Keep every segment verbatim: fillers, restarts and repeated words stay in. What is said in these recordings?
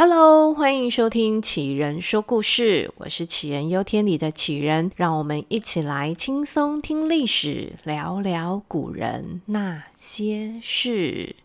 Hello， 欢迎收听杞人说故事，我是杞人忧天里的杞人，让我们一起来轻松听历史，聊聊古人那些事。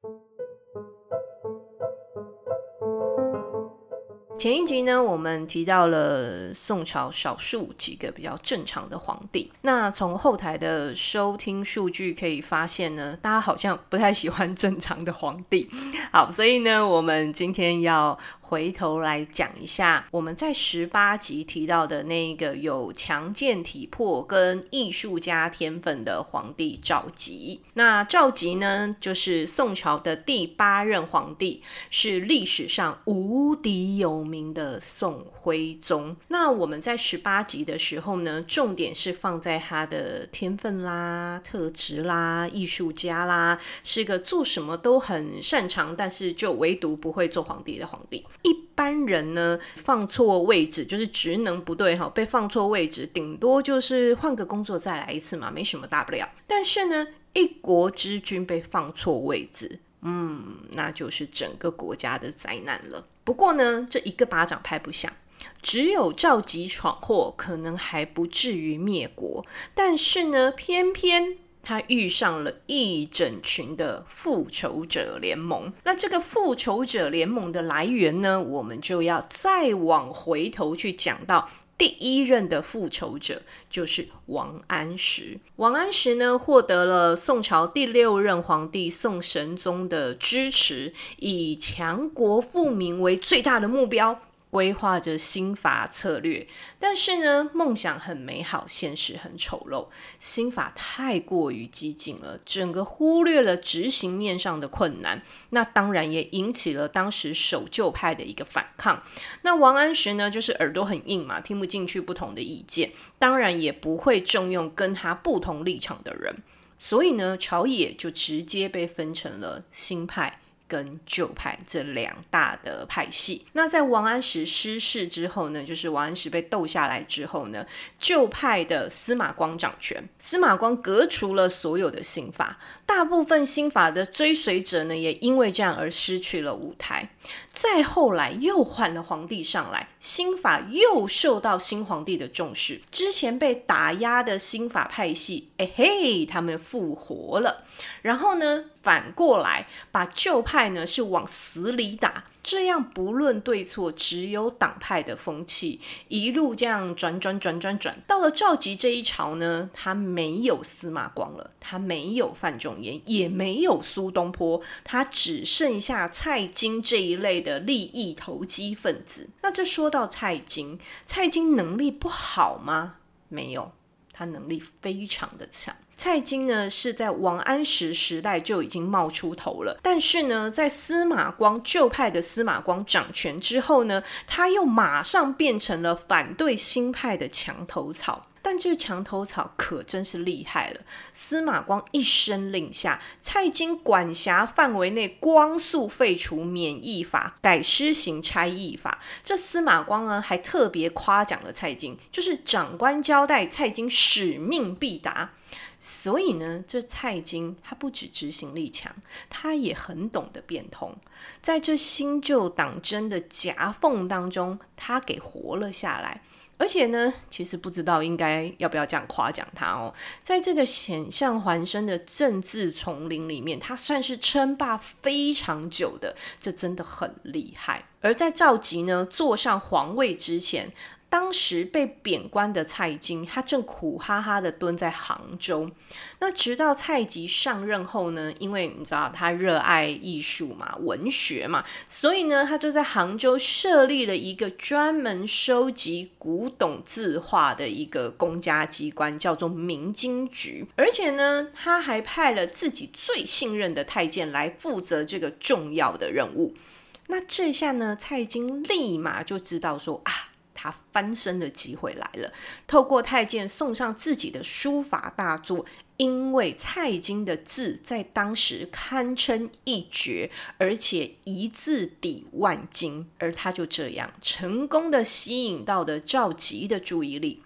前一集呢，我们提到了宋朝少数几个比较正常的皇帝。那从后台的收听数据可以发现呢，大家好像不太喜欢正常的皇帝。好，所以呢，我们今天要回头来讲一下我们在十八集提到的那个有强健体魄跟艺术家天分的皇帝赵佶。那赵佶呢，就是宋朝的第八任皇帝，是历史上无敌有名的宋徽宗。那我们在十八集的时候呢，重点是放在他的天分啦、特质啦、艺术家啦，是个做什么都很擅长，但是就唯独不会做皇帝的皇帝。一般人呢，放错位置就是职能不对，被放错位置，顶多就是换个工作再来一次嘛，没什么大不了。但是呢，一国之君被放错位置，嗯，那就是整个国家的灾难了。不过呢，这一个巴掌拍不响，只有赵佶闯祸，可能还不至于灭国。但是呢，偏偏他遇上了一整群的复仇者联盟。那这个复仇者联盟的来源呢，我们就要再往回头去讲到第一任的复仇者，就是王安石。王安石呢，获得了宋朝第六任皇帝宋神宗的支持，以强国富民为最大的目标，规划着新法策略。但是呢，梦想很美好，现实很丑陋。新法太过于激进了，整个忽略了执行面上的困难。那当然也引起了当时守旧派的一个反抗。那王安石呢，就是耳朵很硬嘛，听不进去不同的意见，当然也不会重用跟他不同立场的人。所以呢，朝野就直接被分成了新派跟旧派这两大的派系。那在王安石失势之后呢，就是王安石被斗下来之后呢，旧派的司马光掌权，司马光革除了所有的新法，大部分新法的追随者呢，也因为这样而失去了舞台。再后来又换了皇帝上来，新法又受到新皇帝的重视，之前被打压的新法派系，哎嘿，他们复活了。然后呢，反过来把旧派呢是往死里打，这样不论对错，只有党派的风气，一路这样转转转转转，到了赵佶这一朝呢，他没有司马光了，他没有范仲淹，也没有苏东坡，他只剩下蔡京这一类的利益投机分子。那这说到蔡京，蔡京能力不好吗？没有，他能力非常的强。蔡京呢，是在王安石时代就已经冒出头了，但是呢，在司马光旧派的司马光掌权之后呢，他又马上变成了反对新派的墙头草。但这墙头草可真是厉害了，司马光一声令下，蔡京管辖范围内光速废除免役法，改施行差役法。这司马光呢，还特别夸奖了蔡京，就是长官交代蔡京使命必达。所以呢，这蔡京他不只执行力强，他也很懂得变通。在这新旧党争的夹缝当中，他给活了下来。而且呢，其实不知道应该要不要这样夸奖他哦。在这个险象环生的政治丛林里面，他算是称霸非常久的，这真的很厉害。而在赵佶呢坐上皇位之前，当时被贬官的蔡京，他正苦哈哈的蹲在杭州。那直到蔡佶上任后呢，因为你知道他热爱艺术嘛，文学嘛，所以呢，他就在杭州设立了一个专门收集古董字画的一个公家机关，叫做明经局。而且呢，他还派了自己最信任的太监来负责这个重要的任务。那这下呢，蔡京立马就知道说啊，他翻身的机会来了。透过太监送上自己的书法大作，因为蔡京的字在当时堪称一绝，而且一字抵万金，而他就这样成功的吸引到了赵佶的注意力。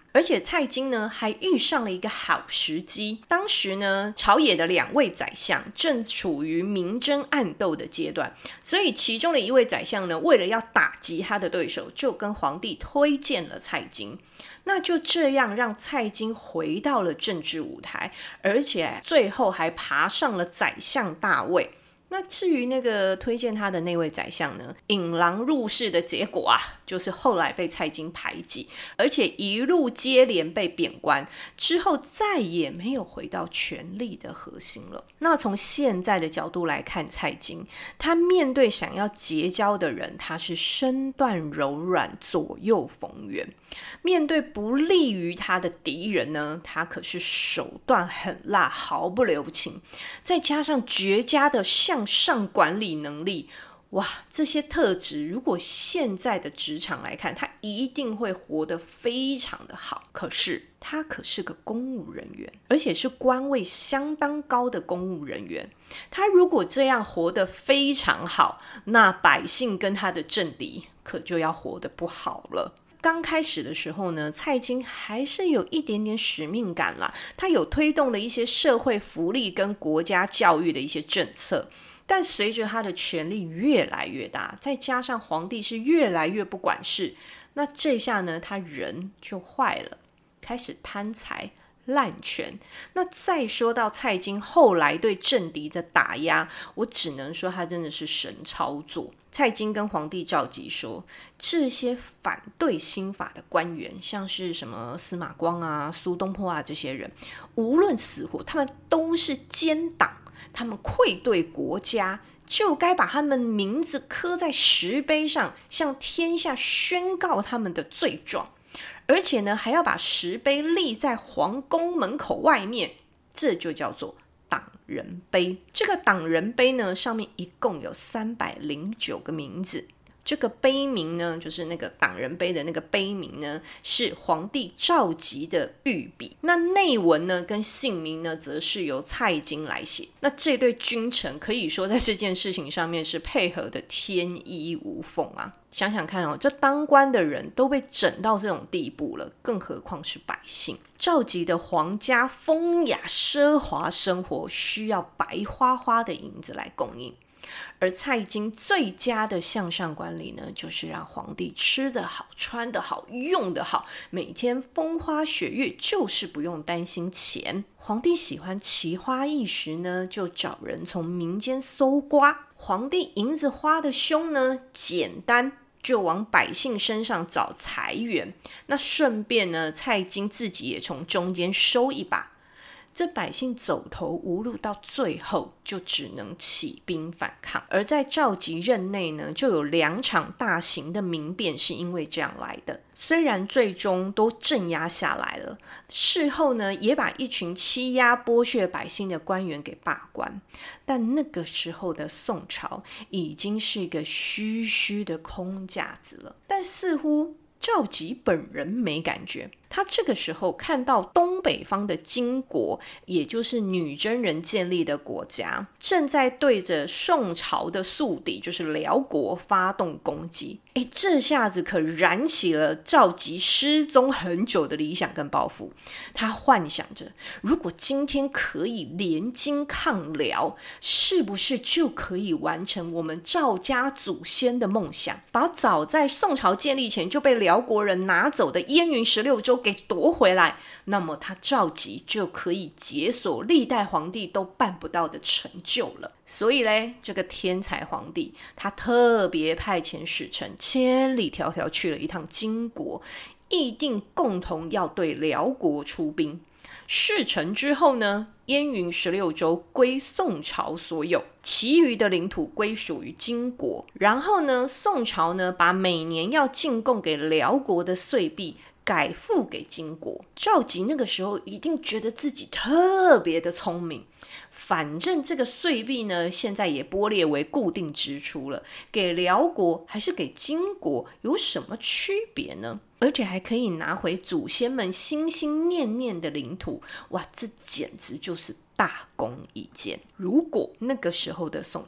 而且蔡京呢还遇上了一个好时机，当时呢朝野的两位宰相正处于明争暗斗的阶段，所以其中的一位宰相呢为了要打击他的对手，就跟皇帝推荐了蔡京。那就这样让蔡京回到了政治舞台，而且最后还爬上了宰相大位。那至于那个推荐他的那位宰相呢，引狼入室的结果啊，就是后来被蔡京排挤，而且一路接连被贬官，之后再也没有回到权力的核心了。那从现在的角度来看蔡京，他面对想要结交的人，他是身段柔软，左右逢源；面对不利于他的敌人呢，他可是手段狠辣，毫不留情，再加上绝佳的向上管理能力，哇，这些特质如果现在的职场来看，他一定会活得非常的好。可是他可是个公务人员，而且是官位相当高的公务人员，他如果这样活得非常好，那百姓跟他的政敌可就要活得不好了。刚开始的时候呢，蔡京还是有一点点使命感啦，他有推动了一些社会福利跟国家教育的一些政策，但随着他的权力越来越大，再加上皇帝是越来越不管事，那这下呢，他人就坏了，开始贪财滥权。那再说到蔡京后来对政敌的打压，我只能说他真的是神操作。蔡京跟皇帝赵佶说，这些反对新法的官员，像是什么司马光啊、苏东坡啊这些人，无论死活，他们都是奸党，他们愧对国家，就该把他们名字刻在石碑上，向天下宣告他们的罪状。而且呢，还要把石碑立在皇宫门口外面，这就叫做党人碑。这个党人碑呢，上面一共有三百零九个名字。这个碑名呢，就是那个党人碑的那个碑名呢，是皇帝赵佶的御笔。那内文呢跟姓名呢，则是由蔡京来写。那这对君臣可以说在这件事情上面是配合的天衣无缝啊。想想看哦，这当官的人都被整到这种地步了，更何况是百姓。赵佶的皇家风雅奢华生活需要白花花的银子来供应，而蔡京最佳的向上管理呢，就是让皇帝吃得好、穿得好、用得好，每天风花雪月，就是不用担心钱。皇帝喜欢奇花异石呢，就找人从民间搜刮；皇帝银子花得凶呢，简单就往百姓身上找财源。那顺便呢，蔡京自己也从中间收一把。这百姓走投无路，到最后就只能起兵反抗。而在赵佶任内呢，就有两场大型的民变是因为这样来的。虽然最终都镇压下来了，事后呢也把一群欺压剥削百姓的官员给罢官，但那个时候的宋朝已经是一个虚虚的空架子了。但似乎赵佶本人没感觉，他这个时候看到东北方的金国，也就是女真人建立的国家，正在对着宋朝的宿敌，就是辽国发动攻击。诶，这下子可燃起了赵佶失踪很久的理想跟抱负。他幻想着，如果今天可以联金抗辽，是不是就可以完成我们赵家祖先的梦想，把早在宋朝建立前就被辽国人拿走的燕云十六州给夺回来，那么他赵佶就可以解锁历代皇帝都办不到的成就了。所以嘞，这个天才皇帝他特别派遣使臣千里迢迢去了一趟金国，议定共同要对辽国出兵。事成之后呢，燕云十六州归宋朝所有，其余的领土归属于金国。然后呢，宋朝呢把每年要进贡给辽国的岁币改付给金国。赵佶那个时候一定觉得自己特别的聪明，反正这个岁币呢现在也拨列为固定支出了，给辽国还是给金国有什么区别呢？而且还可以拿回祖先们心心念念的领土，哇，这简直就是大功一件。如果那个时候的宋朝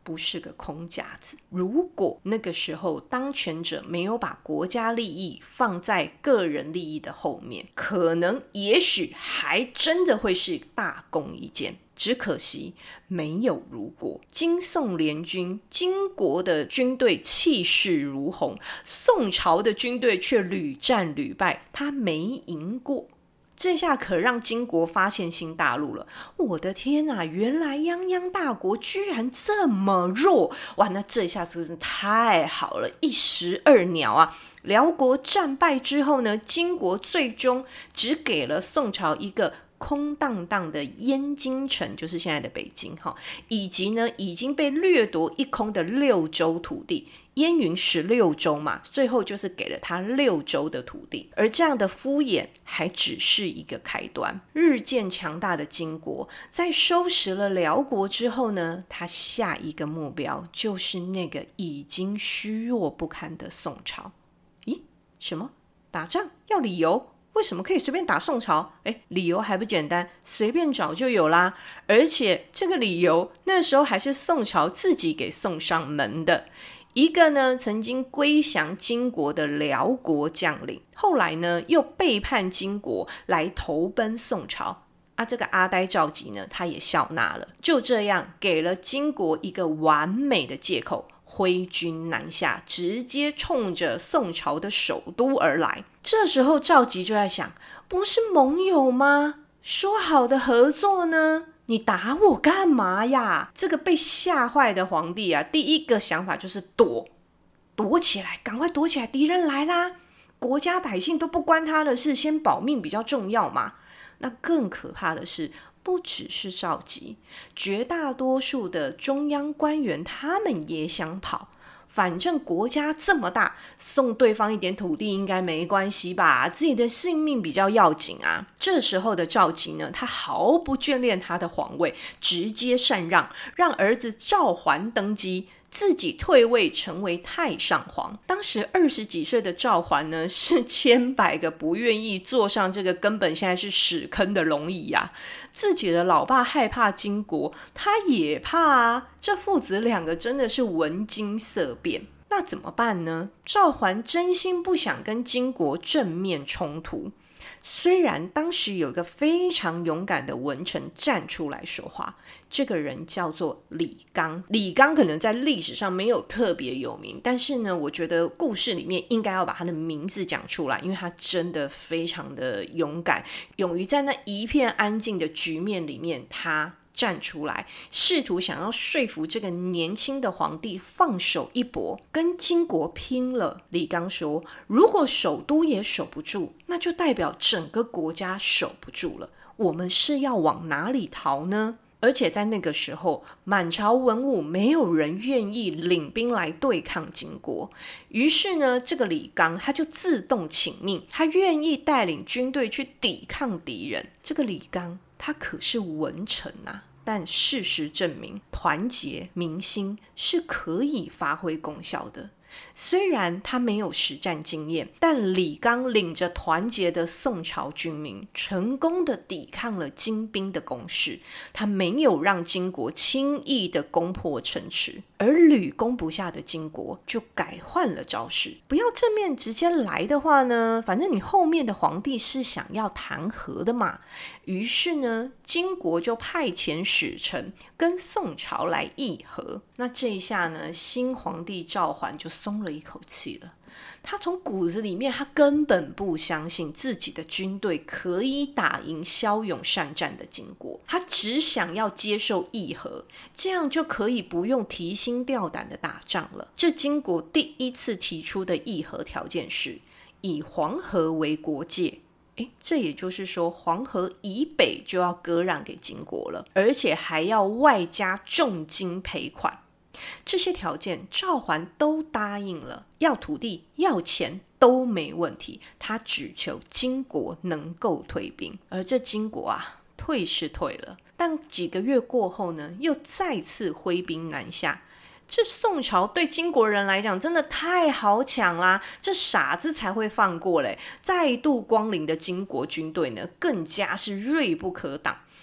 不是个空架子。如果那个时候当权者没有把国家利益放在个人利益的后面，可能也许还真的会是大功一件。只可惜没有如果，金宋联军，金国的军队气势如虹，宋朝的军队却屡战屡败，他没赢过。这下可让金国发现新大陆了，我的天啊，原来泱泱大国居然这么弱，哇，那这下真是太好了，一石二鸟啊。辽国战败之后呢，金国最终只给了宋朝一个空荡荡的燕京城，就是现在的北京，以及呢已经被掠夺一空的六州土地。燕云十六州嘛，最后就是给了他六州的土地。而这样的敷衍还只是一个开端。日渐强大的金国在收拾了辽国之后呢，他下一个目标就是那个已经虚弱不堪的宋朝。咦，什么？打仗要理由？为什么可以随便打宋朝？诶，理由还不简单，随便找就有啦。而且这个理由那时候还是宋朝自己给送上门的。一个呢，曾经归降金国的辽国将领，后来呢又背叛金国来投奔宋朝啊。这个阿呆赵佶呢，他也笑纳了，就这样给了金国一个完美的借口，挥军南下，直接冲着宋朝的首都而来。这时候赵佶就在想，不是盟友吗？说好的合作呢？你打我干嘛呀？这个被吓坏的皇帝啊，第一个想法就是躲，躲起来，赶快躲起来，敌人来啦！国家百姓都不关他的事，先保命比较重要嘛。那更可怕的是，不只是赵佶，绝大多数的中央官员他们也想跑。反正国家这么大，送对方一点土地应该没关系吧，自己的性命比较要紧啊。这时候的赵佶呢，他毫不眷恋他的皇位，直接禅让，让儿子赵桓登基，自己退位成为太上皇。当时二十几岁的赵桓呢，是千百个不愿意坐上这个根本现在是屎坑的龙椅啊。自己的老爸害怕金国，他也怕啊。这父子两个真的是闻金色变。那怎么办呢？赵桓真心不想跟金国正面冲突。虽然当时有一个非常勇敢的文臣站出来说话，这个人叫做李纲。李纲可能在历史上没有特别有名，但是呢，我觉得故事里面应该要把他的名字讲出来，因为他真的非常的勇敢，勇于在那一片安静的局面里面，他站出来，试图想要说服这个年轻的皇帝放手一搏，跟金国拼了。李纲说，如果首都也守不住，那就代表整个国家守不住了，我们是要往哪里逃呢？而且在那个时候，满朝文武没有人愿意领兵来对抗金国，于是呢，这个李纲他就自动请命，他愿意带领军队去抵抗敌人。这个李纲他可是文臣啊，但事实证明，团结民心是可以发挥功效的。虽然他没有实战经验，但李纲领着团结的宋朝军民，成功的抵抗了金兵的攻势。他没有让金国轻易的攻破城池，而屡攻不下的金国就改换了招式，不要正面直接来的话呢，反正你后面的皇帝是想要谈和的嘛。于是呢，金国就派遣使臣跟宋朝来议和。那这一下呢，新皇帝赵桓就松了一口气了。他从骨子里面，他根本不相信自己的军队可以打赢骁勇善战的金国，他只想要接受议和，这样就可以不用提心吊胆的打仗了。这金国第一次提出的议和条件是以黄河为国界，诶，这也就是说黄河以北就要割让给金国了，而且还要外加重金赔款。这些条件赵桓都答应了，要土地要钱都没问题，他只求金国能够退兵。而这金国啊，退是退了，但几个月过后呢，又再次挥兵南下。这宋朝对金国人来讲真的太好抢啦，这傻子才会放过嘞。再度光临的金国军队呢，更加是锐不可挡。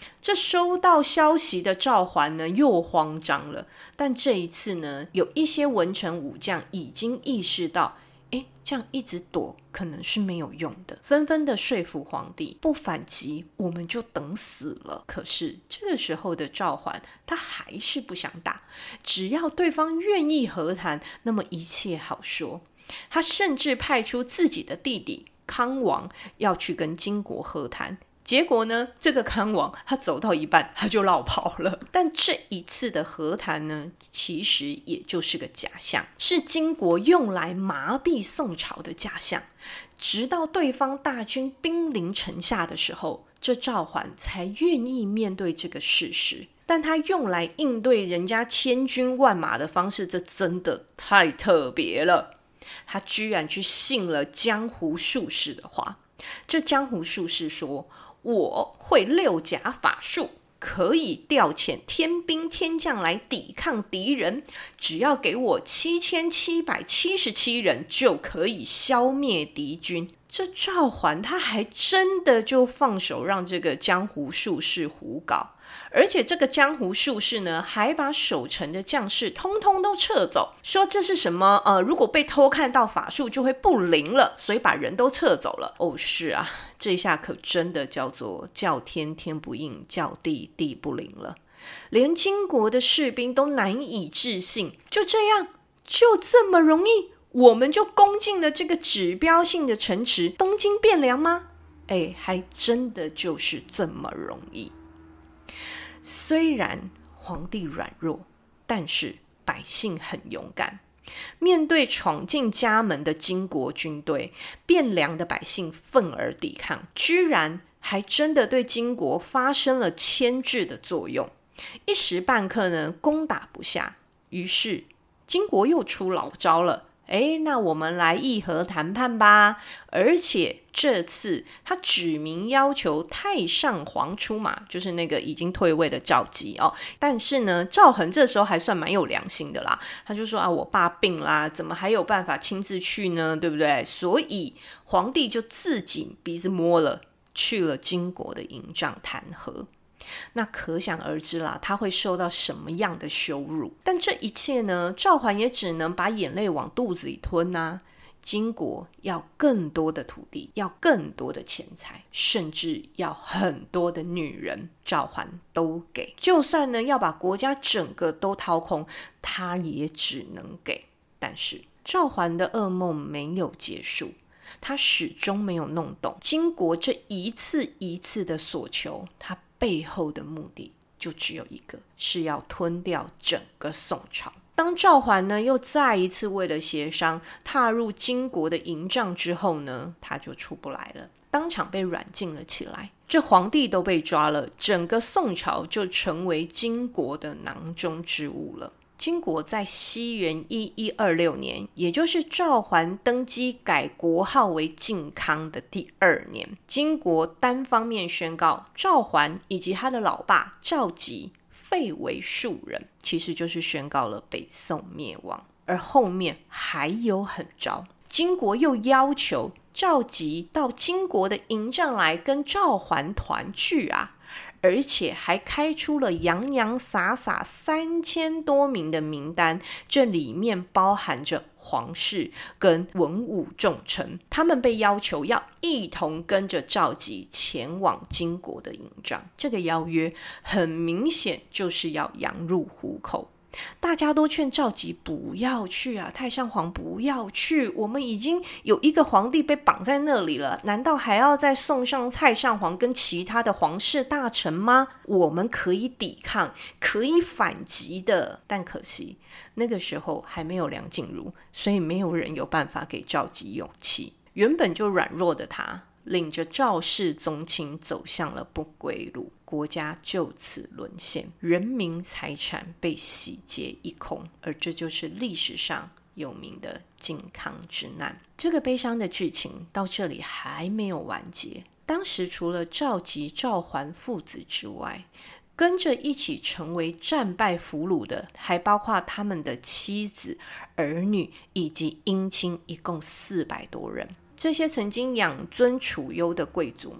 这收到消息的赵桓呢，又慌张了。但这一次呢，有一些文臣武将已经意识到，诶，这样一直躲可能是没有用的，纷纷的说服皇帝，不反击我们就等死了。可是这个时候的赵桓，他还是不想打，只要对方愿意和谈，那么一切好说。他甚至派出自己的弟弟康王要去跟金国和谈。结果呢，这个康王他走到一半他就落跑了。但这一次的和谈呢，其实也就是个假象，是金国用来麻痹宋朝的假象。直到对方大军兵临城下的时候，这赵桓才愿意面对这个事实。但他用来应对人家千军万马的方式，这真的太特别了。他居然去信了江湖术士的话。这江湖术士说，我会六甲法术，可以调遣天兵天将来抵抗敌人，只要给我七千七百七十七人，就可以消灭敌军。这赵桓他还真的就放手让这个江湖术士胡搞，而且这个江湖术士呢，还把守城的将士通通都撤走，说这是什么呃，如果被偷看到法术就会不灵了，所以把人都撤走了。哦，是啊，这下可真的叫做叫天天不应，叫地地不灵了。连金国的士兵都难以置信，就这样，就这么容易，我们就攻进了这个指标性的城池东京汴梁吗？哎，还真的就是这么容易。虽然皇帝软弱，但是百姓很勇敢。面对闯进家门的金国军队，汴梁的百姓愤而抵抗，居然还真的对金国发生了牵制的作用。一时半刻呢，攻打不下，于是金国又出老招了。诶，那我们来议和谈判吧。而且这次他指明要求太上皇出马，就是那个已经退位的赵佶哦。但是呢，赵恒这时候还算蛮有良心的啦，他就说啊，我爸病啦，怎么还有办法亲自去呢？对不对？所以皇帝就自己鼻子摸了，去了金国的营帐谈和。那可想而知啦，他会受到什么样的羞辱。但这一切呢，赵桓也只能把眼泪往肚子里吞啊。金国要更多的土地，要更多的钱财，甚至要很多的女人，赵桓都给。就算呢要把国家整个都掏空，他也只能给。但是赵桓的噩梦没有结束，他始终没有弄懂金国这一次一次的所求，他背后的目的就只有一个，是要吞掉整个宋朝。当赵桓呢又再一次为了协商踏入金国的营帐之后呢，他就出不来了，当场被软禁了起来。这皇帝都被抓了，整个宋朝就成为金国的囊中之物了。金国在西元一一二六年，也就是赵桓登基改国号为靖康的第二年，金国单方面宣告赵桓以及他的老爸赵佶废为庶人，其实就是宣告了北宋灭亡。而后面还有狠招，金国又要求赵佶到金国的营帐来跟赵桓团聚啊，而且还开出了洋洋洒洒三千多名的名单，这里面包含着皇室跟文武重臣，他们被要求要一同跟着赵佶前往金国的营帐。这个邀约很明显就是要羊入虎口，大家都劝赵佶不要去啊，太上皇不要去，我们已经有一个皇帝被绑在那里了，难道还要再送上太上皇跟其他的皇室大臣吗？我们可以抵抗，可以反击的。但可惜那个时候还没有梁静茹，所以没有人有办法给赵佶勇气。原本就软弱的他，领着赵氏宗亲走向了不归路，国家就此沦陷，人民财产被洗劫一空，而这就是历史上有名的靖康之难。这个悲伤的剧情到这里还没有完结。当时除了赵佶、赵桓父子之外，跟着一起成为战败俘虏的还包括他们的妻子、儿女以及姻亲，一共四百多人。这些曾经养尊处优的贵族们，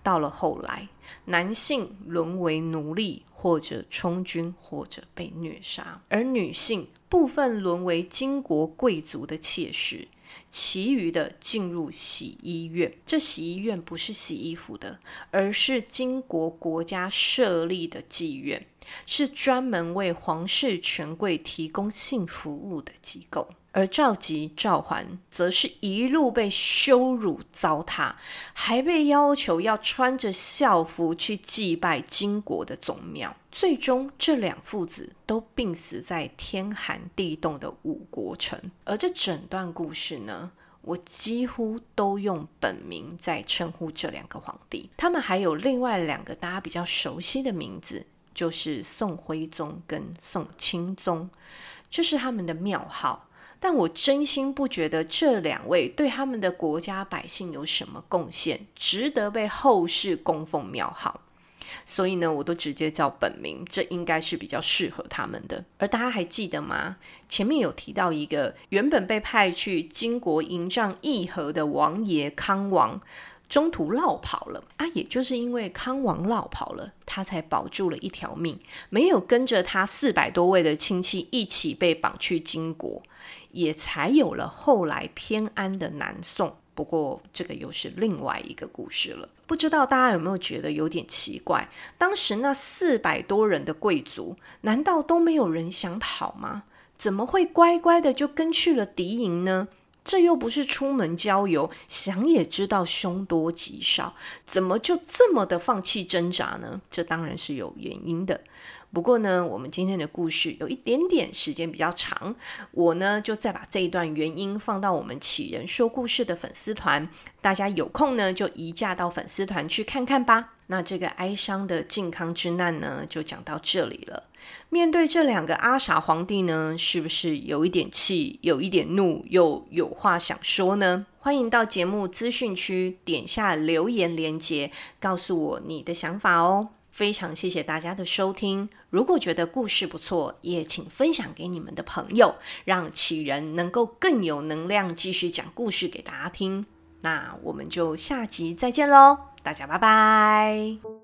到了后来，男性沦为奴隶，或者充军，或者被虐杀，而女性部分沦为金国贵族的妾室，其余的进入洗衣院。这洗衣院不是洗衣服的，而是金国国家设立的妓院，是专门为皇室权贵提供性服务的机构。而赵佶、赵桓则是一路被羞辱糟蹋，还被要求要穿着校服去祭拜金国的宗庙。最终这两父子都病死在天寒地冻的五国城。而这整段故事呢，我几乎都用本名在称呼这两个皇帝。他们还有另外两个大家比较熟悉的名字，就是宋徽宗跟宋钦宗，这是他们的庙号。但我真心不觉得这两位对他们的国家百姓有什么贡献，值得被后世供奉庙号。所以呢，我都直接叫本名，这应该是比较适合他们的。而大家还记得吗？前面有提到一个原本被派去金国营帐议和的王爷康王，中途落跑了啊，也就是因为康王落跑了，他才保住了一条命，没有跟着他四百多位的亲戚一起被绑去金国，也才有了后来偏安的南宋。不过这个又是另外一个故事了。不知道大家有没有觉得有点奇怪，当时那四百多人的贵族，难道都没有人想跑吗？怎么会乖乖的就跟去了敌营呢？这又不是出门郊游，想也知道凶多吉少，怎么就这么的放弃挣扎呢？这当然是有原因的。不过呢，我们今天的故事有一点点时间比较长，我呢就再把这一段原因放到我们杞人说故事的粉丝团，大家有空呢就移驾到粉丝团去看看吧。那这个哀伤的靖康之难呢，就讲到这里了。面对这两个阿傻皇帝呢，是不是有一点气，有一点怒，又有话想说呢？欢迎到节目资讯区点下留言连结，告诉我你的想法哦。非常谢谢大家的收听，如果觉得故事不错，也请分享给你们的朋友，让杞人能够更有能量继续讲故事给大家听。那我们就下集再见咯，大家拜拜。